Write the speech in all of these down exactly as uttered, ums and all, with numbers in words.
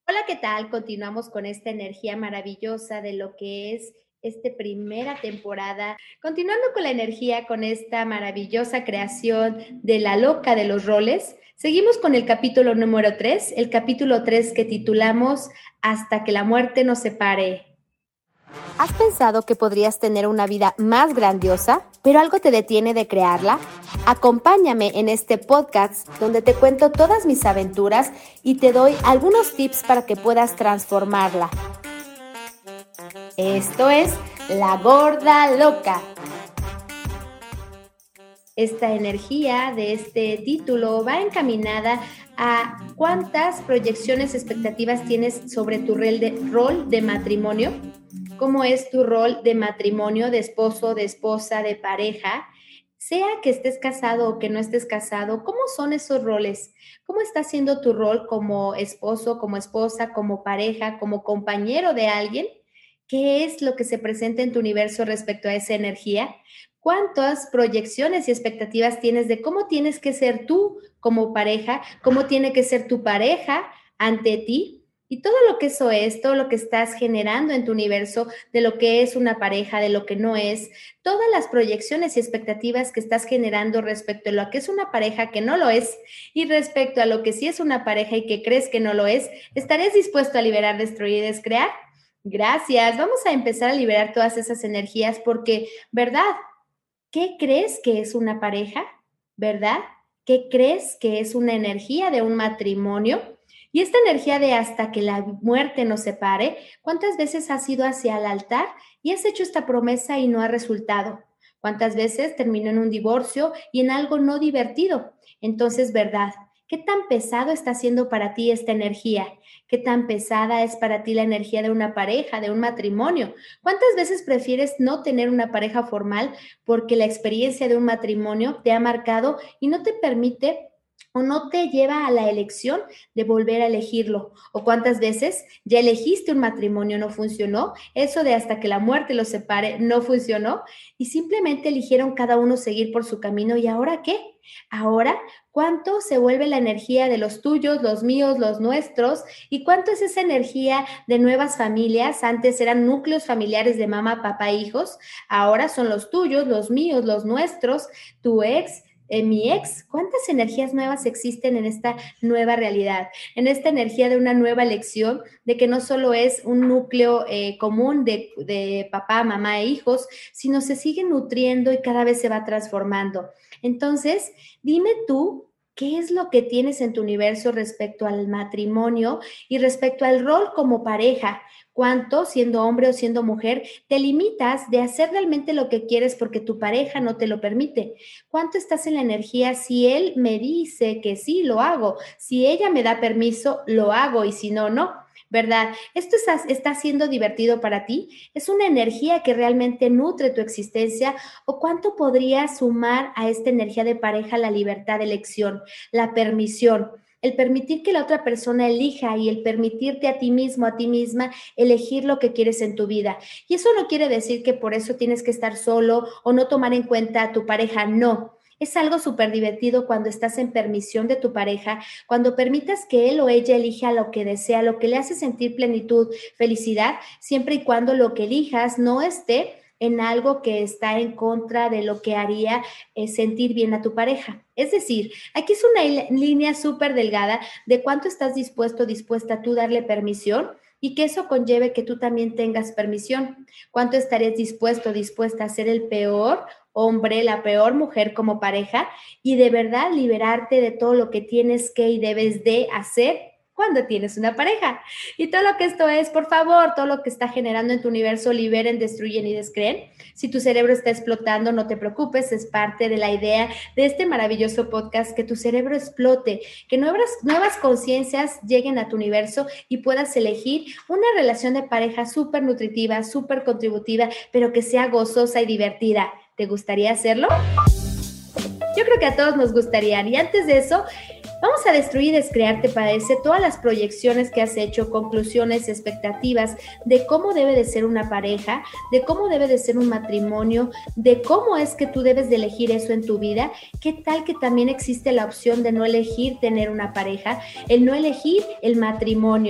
Hola, ¿qué tal? Continuamos con esta energía maravillosa de lo que es esta primera temporada. Continuando con la energía, con esta maravillosa creación de La Loca de los Roles, seguimos con el capítulo número tres, el capítulo tres que titulamos Hasta que la muerte nos separe. ¿Has pensado que podrías tener una vida más grandiosa, pero algo te detiene de crearla? Acompáñame en este podcast donde te cuento todas mis aventuras y te doy algunos tips para que puedas transformarla. Esto es La Gorda Loca. Esta energía de este título va encaminada a cuántas proyecciones, expectativas tienes sobre tu rol de, rol de matrimonio. ¿Cómo es tu rol de matrimonio, de esposo, de esposa, de pareja? Sea que estés casado o que no estés casado, ¿cómo son esos roles? ¿Cómo está siendo tu rol como esposo, como esposa, como pareja, como compañero de alguien? ¿Qué es lo que se presenta en tu universo respecto a esa energía? ¿Cuántas proyecciones y expectativas tienes de cómo tienes que ser tú como pareja? ¿Cómo tiene que ser tu pareja ante ti? Y todo lo que eso es, todo lo que estás generando en tu universo, de lo que es una pareja, de lo que no es, todas las proyecciones y expectativas que estás generando respecto a lo que es una pareja que no lo es y respecto a lo que sí es una pareja y que crees que no lo es, ¿estarías dispuesto a liberar, destruir y descrear? Gracias. Vamos a empezar a liberar todas esas energías porque, ¿verdad? ¿Qué crees que es una pareja? ¿Verdad? ¿Qué crees que es una energía de un matrimonio? Y esta energía de hasta que la muerte nos separe, ¿cuántas veces has ido hacia el altar y has hecho esta promesa y no ha resultado? ¿Cuántas veces terminó en un divorcio y en algo no divertido? Entonces, ¿verdad? ¿Qué tan pesado está siendo para ti esta energía? ¿Qué tan pesada es para ti la energía de una pareja, de un matrimonio? ¿Cuántas veces prefieres no tener una pareja formal porque la experiencia de un matrimonio te ha marcado y no te permite o no te lleva a la elección de volver a elegirlo? ¿O cuántas veces ya elegiste un matrimonio, no funcionó? Eso de hasta que la muerte los separe no funcionó y simplemente eligieron cada uno seguir por su camino. ¿Y ahora qué? Ahora, ¿cuánto se vuelve la energía de los tuyos, los míos, los nuestros? ¿Y cuánto es esa energía de nuevas familias? Antes eran núcleos familiares de mamá, papá, hijos. Ahora son los tuyos, los míos, los nuestros, tu ex, eh, mi ex. ¿Cuántas energías nuevas existen en esta nueva realidad? En esta energía de una nueva elección, de que no solo es un núcleo eh, común de, de papá, mamá e hijos, sino se sigue nutriendo y cada vez se va transformando. Entonces, dime tú, ¿qué es lo que tienes en tu universo respecto al matrimonio y respecto al rol como pareja? ¿Cuánto, siendo hombre o siendo mujer, te limitas de hacer realmente lo que quieres porque tu pareja no te lo permite? ¿Cuánto estás en la energía si él me dice que sí, lo hago? Si ella me da permiso, lo hago y si no, no. ¿Verdad? ¿Esto está, está siendo divertido para ti? ¿Es una energía que realmente nutre tu existencia? ¿O cuánto podría sumar a esta energía de pareja la libertad de elección, la permisión? El permitir que la otra persona elija y el permitirte a ti mismo, a ti misma, elegir lo que quieres en tu vida. Y eso no quiere decir que por eso tienes que estar solo o no tomar en cuenta a tu pareja, no. Es algo súper divertido cuando estás en permisión de tu pareja, cuando permitas que él o ella elija lo que desea, lo que le hace sentir plenitud, felicidad, siempre y cuando lo que elijas no esté en algo que está en contra de lo que haría eh, sentir bien a tu pareja. Es decir, aquí es una línea súper delgada de cuánto estás dispuesto, dispuesta a tú darle permisión y que eso conlleve que tú también tengas permisión. ¿Cuánto estarías dispuesto, dispuesta a ser el peor hombre, la peor mujer como pareja y de verdad liberarte de todo lo que tienes que y debes de hacer cuando tienes una pareja? Y todo lo que esto es, por favor, todo lo que está generando en tu universo, liberen, destruyen y descreen. Si tu cerebro está explotando, no te preocupes, es parte de la idea de este maravilloso podcast, que tu cerebro explote, que nuevas, nuevas conciencias lleguen a tu universo y puedas elegir una relación de pareja súper nutritiva, súper contributiva, pero que sea gozosa y divertida. ¿Te gustaría hacerlo? Yo creo que a todos nos gustaría. Y antes de eso, vamos a destruir y descrear, ¿te parece? Todas las proyecciones que has hecho, conclusiones, expectativas de cómo debe de ser una pareja, de cómo debe de ser un matrimonio, de cómo es que tú debes de elegir eso en tu vida. ¿Qué tal que también existe la opción de no elegir tener una pareja, el no elegir el matrimonio?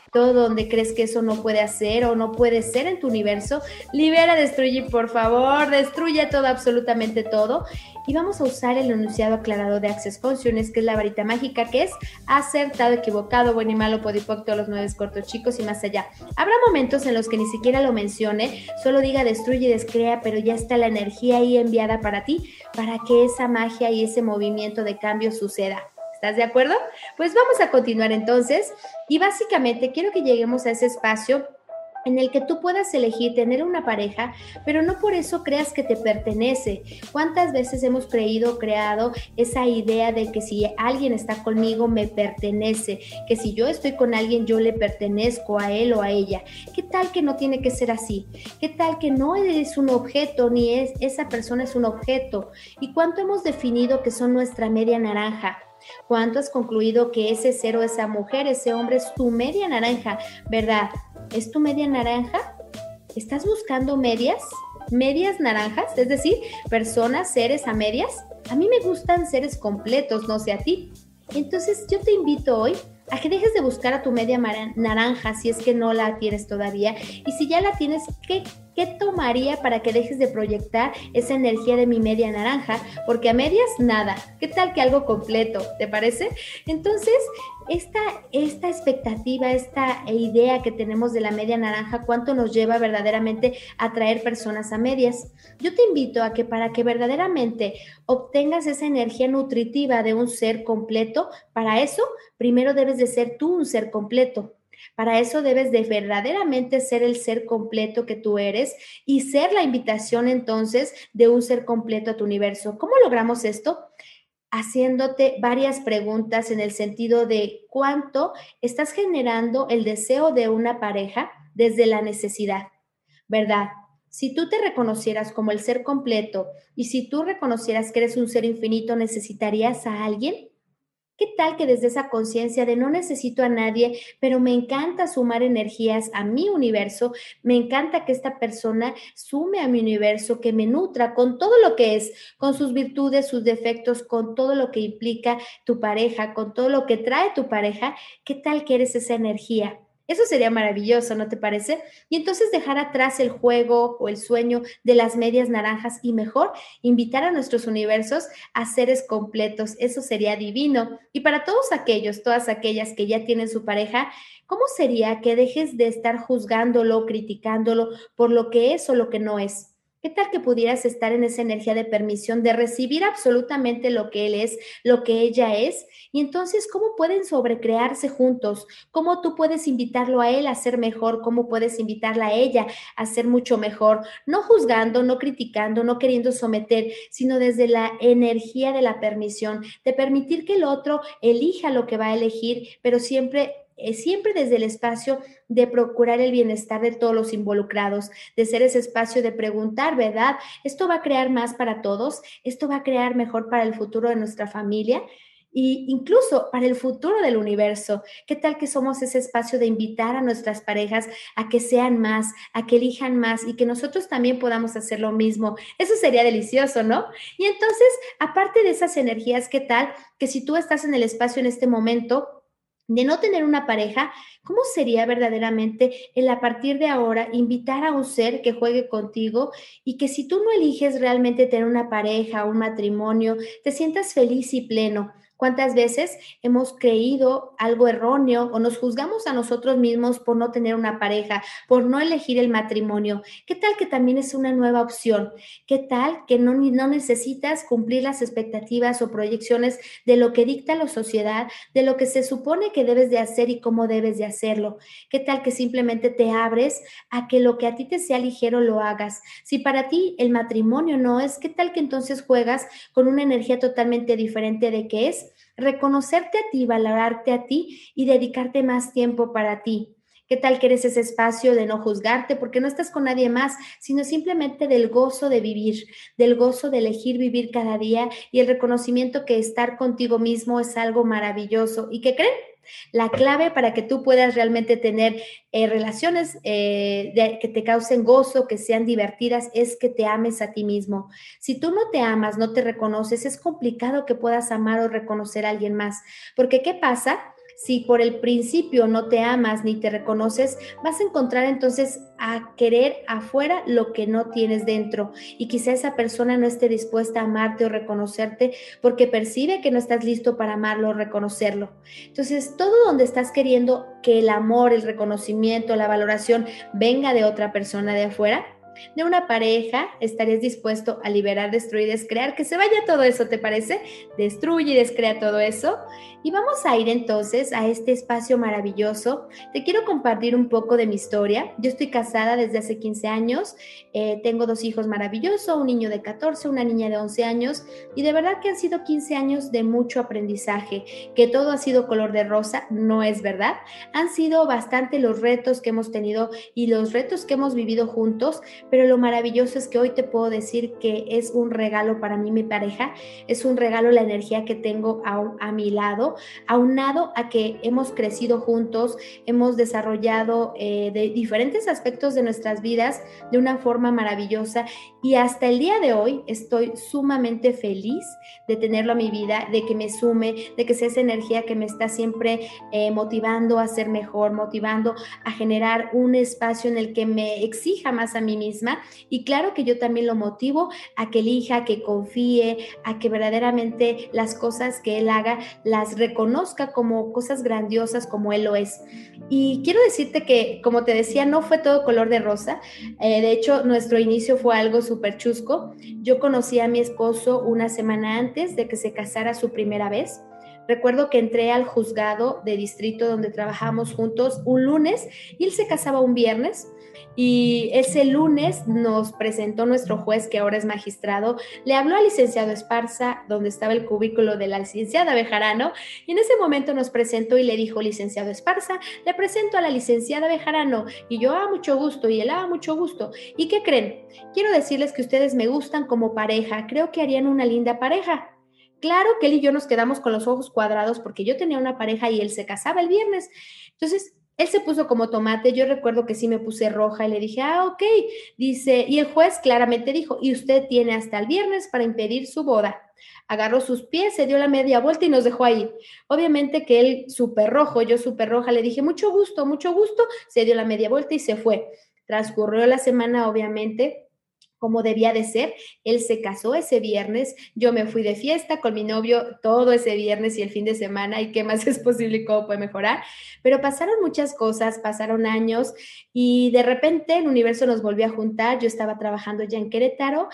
todo donde crees que eso no puede hacer o no puede ser en tu universo, libera, destruye, por favor, destruye todo, absolutamente todo. Y vamos a usar el enunciado aclarado de Access Consciousness, que es la varita mágica, que es acertado, equivocado, bueno y malo, podipoc, todos los nueve cortos chicos y más allá. Habrá momentos en los que ni siquiera lo mencione, solo diga destruye y descrea, pero ya está la energía ahí enviada para ti, para que esa magia y ese movimiento de cambio suceda. ¿Estás de acuerdo? Pues vamos a continuar entonces y básicamente quiero que lleguemos a ese espacio en el que tú puedas elegir tener una pareja, pero no por eso creas que te pertenece. ¿Cuántas veces hemos creído, creado esa idea de que si alguien está conmigo me pertenece, que si yo estoy con alguien yo le pertenezco a él o a ella? ¿Qué tal que no tiene que ser así? ¿Qué tal que no es un objeto ni es esa persona es un objeto? ¿Y cuánto hemos definido que son nuestra media naranja? ¿Cuánto has concluido que ese ser o esa mujer, ese hombre es tu media naranja, verdad? ¿Es tu media naranja? ¿Estás buscando medias? ¿Medias naranjas? Es decir, personas, seres a medias. A mí me gustan seres completos, no sé a ti. Entonces yo te invito hoy a que dejes de buscar a tu media naranja si es que no la tienes todavía. Y si ya la tienes, ¿qué, qué tomaría para que dejes de proyectar esa energía de mi media naranja? Porque a medias, nada. ¿Qué tal que algo completo? ¿Te parece? Entonces, esta, esta expectativa, esta idea que tenemos de la media naranja, ¿cuánto nos lleva verdaderamente a atraer personas a medias? Yo te invito a que para que verdaderamente obtengas esa energía nutritiva de un ser completo, para eso primero debes de ser tú un ser completo. Para eso debes de verdaderamente ser el ser completo que tú eres y ser la invitación entonces de un ser completo a tu universo. ¿Cómo logramos esto? Haciéndote varias preguntas en el sentido de cuánto estás generando el deseo de una pareja desde la necesidad, ¿verdad? Si tú te reconocieras como el ser completo y si tú reconocieras que eres un ser infinito, ¿necesitarías a alguien? ¿Qué tal que desde esa conciencia de no necesito a nadie, pero me encanta sumar energías a mi universo, me encanta que esta persona sume a mi universo, que me nutra con todo lo que es, con sus virtudes, sus defectos, con todo lo que implica tu pareja, con todo lo que trae tu pareja? ¿Qué tal que eres esa energía? Eso sería maravilloso, ¿no te parece? Y entonces dejar atrás el juego o el sueño de las medias naranjas y mejor invitar a nuestros universos a seres completos. Eso sería divino. Y para todos aquellos, todas aquellas que ya tienen su pareja, ¿cómo sería que dejes de estar juzgándolo, criticándolo por lo que es o lo que no es? ¿Qué tal que pudieras estar en esa energía de permisión, de recibir absolutamente lo que él es, lo que ella es? Y entonces, ¿cómo pueden sobrecrearse juntos? ¿Cómo tú puedes invitarlo a él a ser mejor? ¿Cómo puedes invitarla a ella a ser mucho mejor? No juzgando, no criticando, no queriendo someter, sino desde la energía de la permisión, de permitir que el otro elija lo que va a elegir, pero siempre siempre desde el espacio de procurar el bienestar de todos los involucrados, de ser ese espacio de preguntar, ¿verdad? ¿Esto va a crear más para todos? ¿Esto va a crear mejor para el futuro de nuestra familia? Y incluso para el futuro del universo. ¿Qué tal que somos ese espacio de invitar a nuestras parejas a que sean más, a que elijan más y que nosotros también podamos hacer lo mismo? Eso sería delicioso, ¿no? Y entonces, aparte de esas energías, ¿qué tal que si tú estás en el espacio en este momento de no tener una pareja, ¿cómo sería verdaderamente el a partir de ahora invitar a un ser que juegue contigo y que si tú no eliges realmente tener una pareja, un matrimonio, te sientas feliz y pleno? ¿Cuántas veces hemos creído algo erróneo o nos juzgamos a nosotros mismos por no tener una pareja, por no elegir el matrimonio? ¿Qué tal que también es una nueva opción? ¿Qué tal que no, no necesitas cumplir las expectativas o proyecciones de lo que dicta la sociedad, de lo que se supone que debes de hacer y cómo debes de hacerlo? ¿Qué tal que simplemente te abres a que lo que a ti te sea ligero lo hagas? Si para ti el matrimonio no es, ¿qué tal que entonces juegas con una energía totalmente diferente de qué es? Reconocerte a ti, valorarte a ti y dedicarte más tiempo para ti. ¿Qué tal que eres ese espacio de no juzgarte porque no estás con nadie más, sino simplemente del gozo de vivir, del gozo de elegir vivir cada día y el reconocimiento que estar contigo mismo es algo maravilloso? ¿Y qué creen? La clave para que tú puedas realmente tener eh, relaciones eh, de, que te causen gozo, que sean divertidas, es que te ames a ti mismo. Si tú no te amas, no te reconoces, es complicado que puedas amar o reconocer a alguien más. Porque ¿qué pasa? Si por el principio no te amas ni te reconoces, vas a encontrar entonces a querer afuera lo que no tienes dentro, y quizá esa persona no esté dispuesta a amarte o reconocerte porque percibe que no estás listo para amarlo o reconocerlo. Entonces, todo donde estás queriendo que el amor, el reconocimiento, la valoración venga de otra persona de afuera, de una pareja, estarías dispuesto a liberar, destruir, descrear, que se vaya todo eso, ¿te parece? Destruye y descrea todo eso. Y vamos a ir entonces a este espacio maravilloso. Te quiero compartir un poco de mi historia. Yo estoy casada desde hace quince años, eh, tengo dos hijos maravillosos, un niño de catorce, una niña de once años, y de verdad que han sido quince años de mucho aprendizaje, que todo ha sido color de rosa, no es verdad. Han sido bastante los retos que hemos tenido y los retos que hemos vivido juntos, pero lo maravilloso es que hoy te puedo decir que es un regalo para mí mi pareja, es un regalo la energía que tengo a, a mi lado, aunado a que hemos crecido juntos, hemos desarrollado eh, de diferentes aspectos de nuestras vidas de una forma maravillosa, y hasta el día de hoy estoy sumamente feliz de tenerlo a mi vida, de que me sume, de que sea esa energía que me está siempre eh, motivando a ser mejor, motivando a generar un espacio en el que me exija más a mí misma. Y claro que yo también lo motivo a que elija, a que confíe, a que verdaderamente las cosas que él haga las reconozca como cosas grandiosas como él lo es. Y quiero decirte que, como te decía, no fue todo color de rosa. Eh, de hecho, nuestro inicio fue algo súper chusco. Yo conocí a mi esposo una semana antes de que se casara su primera vez. Recuerdo que entré al juzgado de distrito donde trabajamos juntos un lunes y él se casaba un viernes. Y ese lunes nos presentó nuestro juez, que ahora es magistrado, le habló al licenciado Esparza, donde estaba el cubículo de la licenciada Bejarano, y en ese momento nos presentó y le dijo: licenciado Esparza, le presento a la licenciada Bejarano. Y yo, ah, mucho gusto, y él, ah, mucho gusto. ¿Y qué creen? Quiero decirles que ustedes me gustan como pareja, creo que harían una linda pareja. Claro que él y yo nos quedamos con los ojos cuadrados porque yo tenía una pareja y él se casaba el viernes. Entonces, él se puso como tomate. Yo recuerdo que sí me puse roja y le dije, ah, ok. Dice, y el juez claramente dijo, y usted tiene hasta el viernes para impedir su boda. Agarró sus pies, se dio la media vuelta y nos dejó ahí. Obviamente que él súper rojo, yo súper roja, le dije, mucho gusto, mucho gusto. Se dio la media vuelta y se fue. Transcurrió la semana, obviamente, como debía de ser. Él se casó ese viernes, yo me fui de fiesta con mi novio todo ese viernes y el fin de semana, y qué más es posible y cómo puede mejorar. Pero pasaron muchas cosas, pasaron años, y de repente el universo nos volvió a juntar. Yo estaba trabajando ya en Querétaro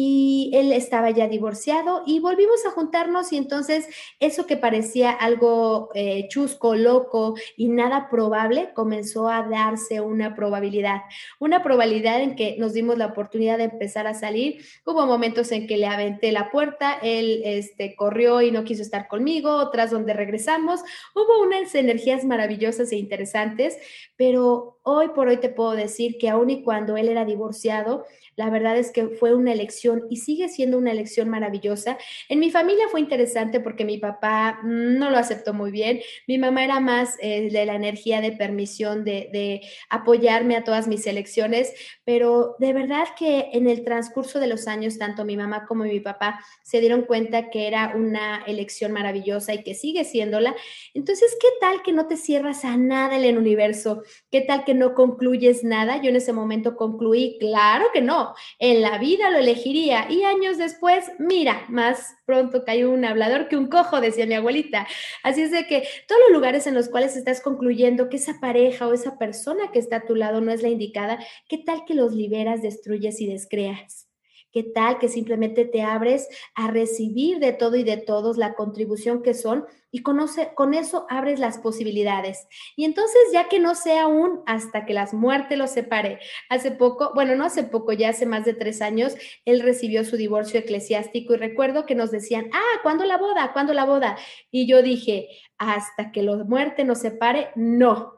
y él estaba ya divorciado, y volvimos a juntarnos, y entonces eso que parecía algo eh, chusco, loco y nada probable, comenzó a darse una probabilidad, una probabilidad en que nos dimos la oportunidad de empezar a salir. Hubo momentos en que le aventé la puerta, él este, corrió y no quiso estar conmigo, otras donde regresamos. Hubo unas energías maravillosas e interesantes, pero hoy por hoy te puedo decir que aun y cuando él era divorciado, la verdad es que fue una elección y sigue siendo una elección maravillosa. En mi familia fue interesante porque mi papá no lo aceptó muy bien. Mi mamá era más eh, de la energía de permisión, de, de apoyarme a todas mis elecciones, pero de verdad que en el transcurso de los años, tanto mi mamá como mi papá se dieron cuenta que era una elección maravillosa y que sigue siéndola. Entonces, ¿qué tal que no te cierras a nada en el universo? ¿Qué tal que no concluyes nada? Yo en ese momento concluí, claro que no, en la vida lo elegiría. Y años después, mira, más pronto cayó un hablador que un cojo, decía mi abuelita. Así es de que todos los lugares en los cuales estás concluyendo que esa pareja o esa persona que está a tu lado no es la indicada, ¿qué tal que los liberas, destruyes y descreas? ¿Qué tal que simplemente te abres a recibir de todo y de todos la contribución que son, y conoce, con eso abres las posibilidades? Y entonces, ya que no sea aún hasta que la muerte los separe. Hace poco, bueno, no hace poco, ya hace más de tres años, él recibió su divorcio eclesiástico, y recuerdo que nos decían, ah, ¿cuándo la boda? ¿Cuándo la boda? Y yo dije, hasta que la muerte nos separe, no.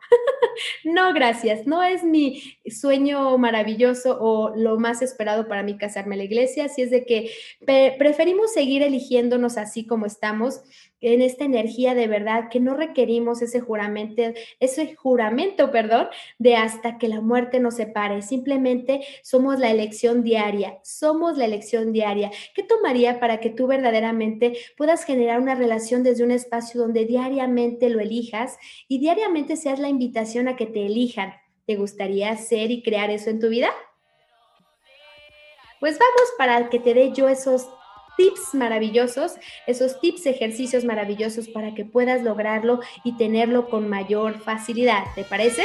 No, gracias. No es mi sueño maravilloso o lo más esperado para mí casarme a la iglesia. Así es de que pre- preferimos seguir eligiéndonos así como estamos. en esta energía de verdad, que no requerimos ese juramento, ese juramento, perdón, de hasta que la muerte nos separe. Simplemente somos la elección diaria, somos la elección diaria. ¿Qué tomaría para que tú verdaderamente puedas generar una relación desde un espacio donde diariamente lo elijas y diariamente seas la invitación a que te elijan? ¿Te gustaría hacer y crear eso en tu vida? Pues vamos para que te dé yo esos tips maravillosos, esos tips, ejercicios maravillosos para que puedas lograrlo y tenerlo con mayor facilidad. ¿Te parece?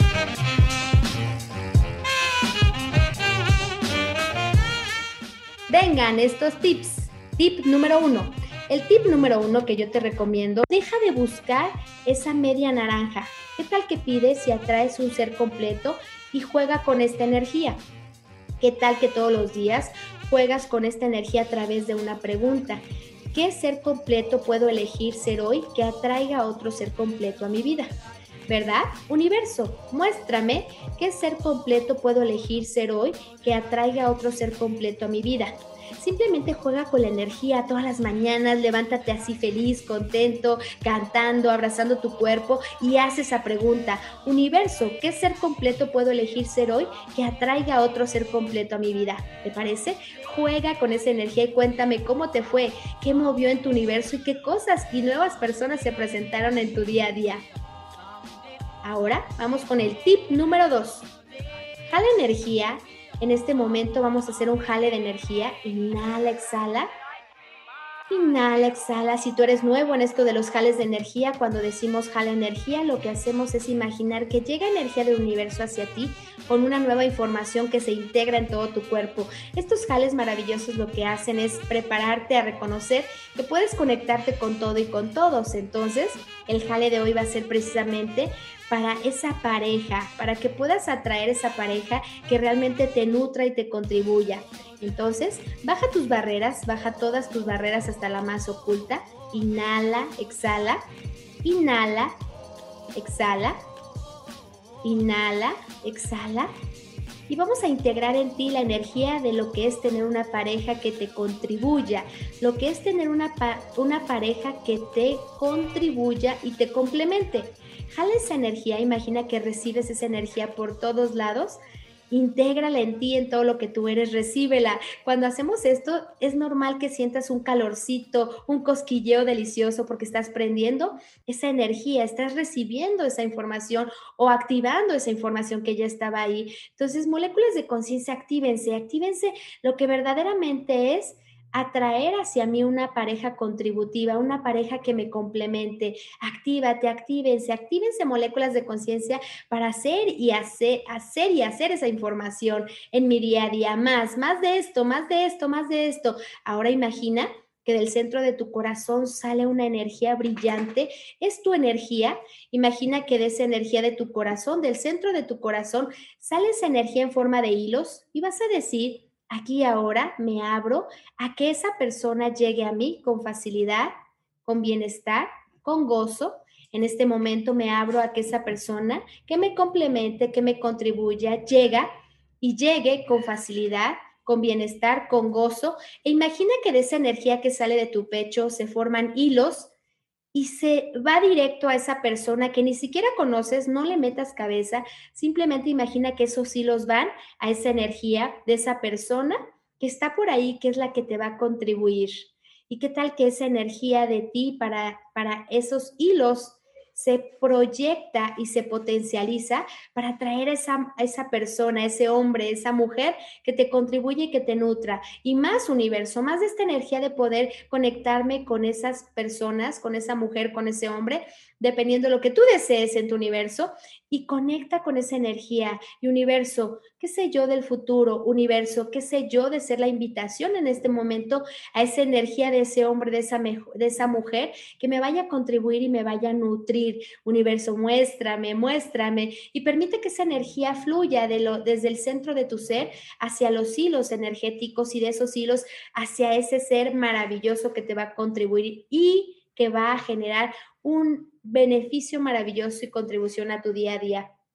Vengan estos tips. Tip número uno. El tip número uno que yo te recomiendo, deja de buscar esa media naranja. ¿Qué tal que pides y atraes un ser completo y juega con esta energía? ¿Qué tal que todos los días juegas con esta energía a través de una pregunta? ¿Qué ser completo puedo elegir ser hoy que atraiga a otro ser completo a mi vida? ¿Verdad? Universo, muéstrame qué ser completo puedo elegir ser hoy que atraiga a otro ser completo a mi vida. Simplemente juega con la energía todas las mañanas, levántate así feliz, contento, cantando, abrazando tu cuerpo y haz esa pregunta. Universo, ¿qué ser completo puedo elegir ser hoy que atraiga a otro ser completo a mi vida? ¿Te parece? Juega con esa energía y cuéntame cómo te fue, qué movió en tu universo y qué cosas y nuevas personas se presentaron en tu día a día. Ahora vamos con el tip número dos. Jala energía. En este momento vamos a hacer un jale de energía. Inhala, exhala. Inhala, exhala. Si tú eres nuevo en esto de los jales de energía, cuando decimos jala energía, lo que hacemos es imaginar que llega energía del universo hacia ti con una nueva información que se integra en todo tu cuerpo. Estos jales maravillosos lo que hacen es prepararte a reconocer que puedes conectarte con todo y con todos. Entonces, el jale de hoy va a ser precisamente para esa pareja, para que puedas atraer esa pareja que realmente te nutra y te contribuya. Entonces, baja tus barreras, baja todas tus barreras hasta la más oculta. Inhala, exhala, inhala, exhala, inhala, exhala. Y vamos a integrar en ti la energía de lo que es tener una pareja que te contribuya, lo que es tener una, pa- una pareja que te contribuya y te complemente. Jala esa energía, imagina que recibes esa energía por todos lados, intégrala en ti, en todo lo que tú eres, recíbela. Cuando hacemos esto, es normal que sientas un calorcito, un cosquilleo delicioso porque estás prendiendo esa energía, estás recibiendo esa información o activando esa información que ya estaba ahí. Entonces, moléculas de conciencia, actívense, actívense lo que verdaderamente es atraer hacia mí una pareja contributiva, una pareja que me complemente. Actívate, actívense, actívense moléculas de conciencia para hacer y hacer, hacer y hacer esa información en mi día a día. Más, más de esto, más de esto, más de esto. Ahora imagina que del centro de tu corazón sale una energía brillante. Es tu energía. Imagina que de esa energía de tu corazón, del centro de tu corazón, sale esa energía en forma de hilos y vas a decir: aquí ahora me abro a que esa persona llegue a mí con facilidad, con bienestar, con gozo. En este momento me abro a que esa persona que me complemente, que me contribuya, llega y llegue con facilidad, con bienestar, con gozo. E imagina que de esa energía que sale de tu pecho se forman hilos y se va directo a esa persona que ni siquiera conoces, no le metas cabeza, simplemente imagina que esos hilos van a esa energía de esa persona que está por ahí, que es la que te va a contribuir. ¿Y qué tal que esa energía de ti para, para esos hilos se proyecta y se potencializa para atraer a esa, a esa persona, ese hombre, esa mujer que te contribuye y que te nutra? Y más universo, más de esta energía de poder conectarme con esas personas, con esa mujer, con ese hombre, dependiendo de lo que tú desees en tu universo, y conecta con esa energía. Y universo, ¿qué sé yo del futuro? Universo, ¿qué sé yo de ser la invitación en este momento a esa energía de ese hombre, de esa, de esa mujer que me vaya a contribuir y me vaya a nutrir? Universo, muéstrame, muéstrame y permite que esa energía fluya de lo, desde el centro de tu ser hacia los hilos energéticos y de esos hilos hacia ese ser maravilloso que te va a contribuir y que va a generar un beneficio maravilloso y contribución a tu día a día.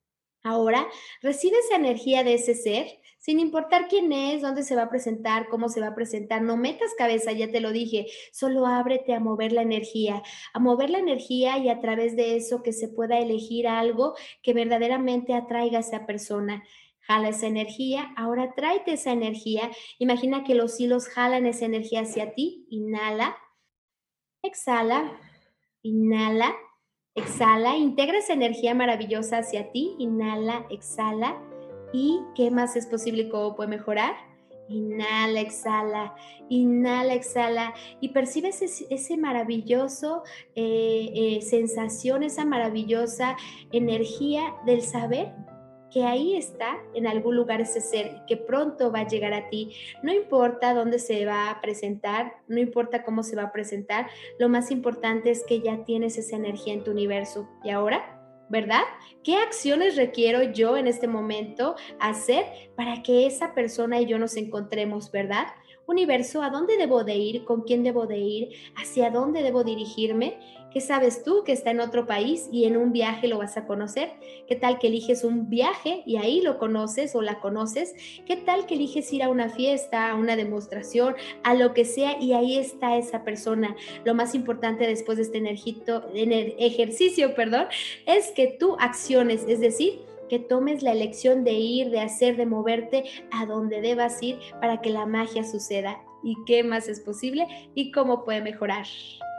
Ahora, recibe esa energía de ese ser, sin importar quién es, dónde se va a presentar, cómo se va a presentar. No metas cabeza, ya te lo dije, solo ábrete a mover la energía, a mover la energía y a través de eso que se pueda elegir algo que verdaderamente atraiga a esa persona. Jala esa energía, ahora tráete esa energía. Imagina que los hilos jalan esa energía hacia ti. Inhala, exhala, inhala. Exhala, integra esa energía maravillosa hacia ti, inhala, exhala. ¿Y qué más es posible y cómo puede mejorar? Inhala, exhala, inhala, exhala. Y percibes ese, ese maravilloso eh, eh, sensación, esa maravillosa energía del saber que ahí está en algún lugar ese ser, que pronto va a llegar a ti. No importa dónde se va a presentar, no importa cómo se va a presentar, lo más importante es que ya tienes esa energía en tu universo. Y ahora, ¿verdad? ¿Qué acciones requiero yo en este momento hacer para que esa persona y yo nos encontremos, verdad? Universo, ¿a dónde debo de ir? ¿Con quién debo de ir? ¿Hacia dónde debo dirigirme? ¿Qué sabes tú que está en otro país y en un viaje lo vas a conocer? ¿Qué tal que eliges un viaje y ahí lo conoces o la conoces? ¿Qué tal que eliges ir a una fiesta, a una demostración, a lo que sea y ahí está esa persona? Lo más importante después de este energito, ejercicio, perdón, es que tú acciones, es decir, que tomes la elección de ir, de hacer, de moverte a donde debas ir para que la magia suceda. ¿Y qué más es posible? ¿Y cómo puede mejorar?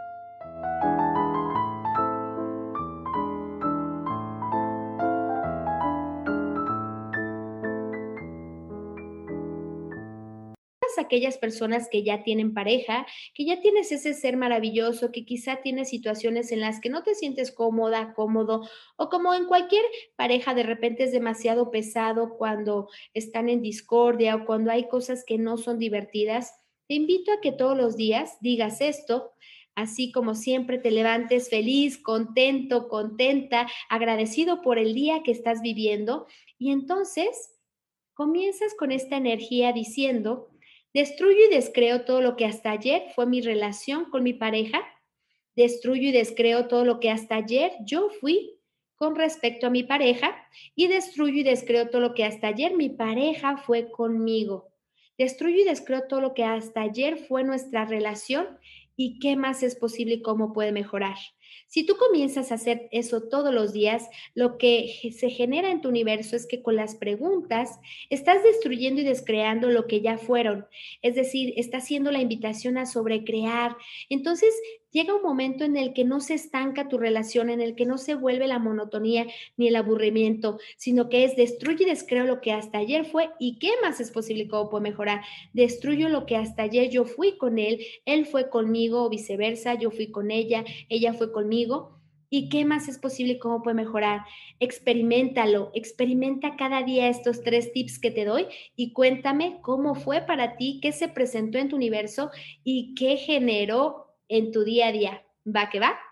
Aquellas personas que ya tienen pareja, que ya tienes ese ser maravilloso, que quizá tienes situaciones en las que no te sientes cómoda, cómodo, o como en cualquier pareja de repente es demasiado pesado cuando están en discordia o cuando hay cosas que no son divertidas. Te invito a que todos los días digas esto, así como siempre te levantes feliz, contento, contenta, agradecido por el día que estás viviendo y entonces comienzas con esta energía diciendo: destruyo y descreo todo lo que hasta ayer fue mi relación con mi pareja. Destruyo y descreo todo lo que hasta ayer yo fui con respecto a mi pareja. Y destruyo y descreo todo lo que hasta ayer mi pareja fue conmigo. Destruyo y descreo todo lo que hasta ayer fue nuestra relación y qué más es posible y cómo puede mejorar. Si tú comienzas a hacer eso todos los días, lo que se genera en tu universo es que con las preguntas estás destruyendo y descreando lo que ya fueron. Es decir, estás haciendo la invitación a sobrecrear. Entonces, llega un momento en el que no se estanca tu relación, en el que no se vuelve la monotonía ni el aburrimiento, sino que es destruye y descreo lo que hasta ayer fue y qué más es posible y cómo puedo mejorar. Destruyo lo que hasta ayer yo fui con él, él fue conmigo o viceversa, yo fui con ella, ella fue conmigo. ¿Y qué más es posible y cómo puede mejorar? Experiméntalo, experimenta cada día estos tres tips que te doy y cuéntame cómo fue para ti, qué se presentó en tu universo y qué generó en tu día a día. ¿Va que va?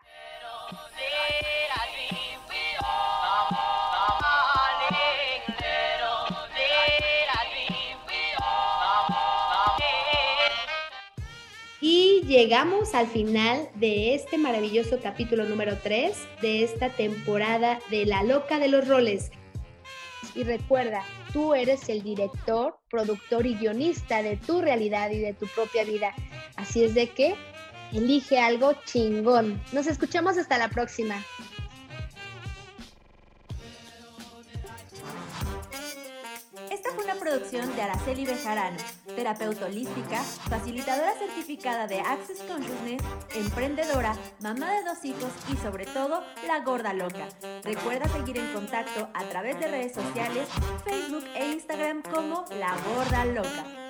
Y llegamos al final de este maravilloso capítulo número tres de esta temporada de La Loca de los Roles. Y recuerda, tú eres el director, productor y guionista de tu realidad y de tu propia vida. Así es de que elige algo chingón. Nos escuchamos hasta la próxima. Esta fue una producción de Araceli Bejarano, terapeuta holística, facilitadora certificada de Access Consciousness, emprendedora, mamá de dos hijos y sobre todo, la gorda loca. Recuerda seguir en contacto a través de redes sociales, Facebook e Instagram como La Gorda Loca.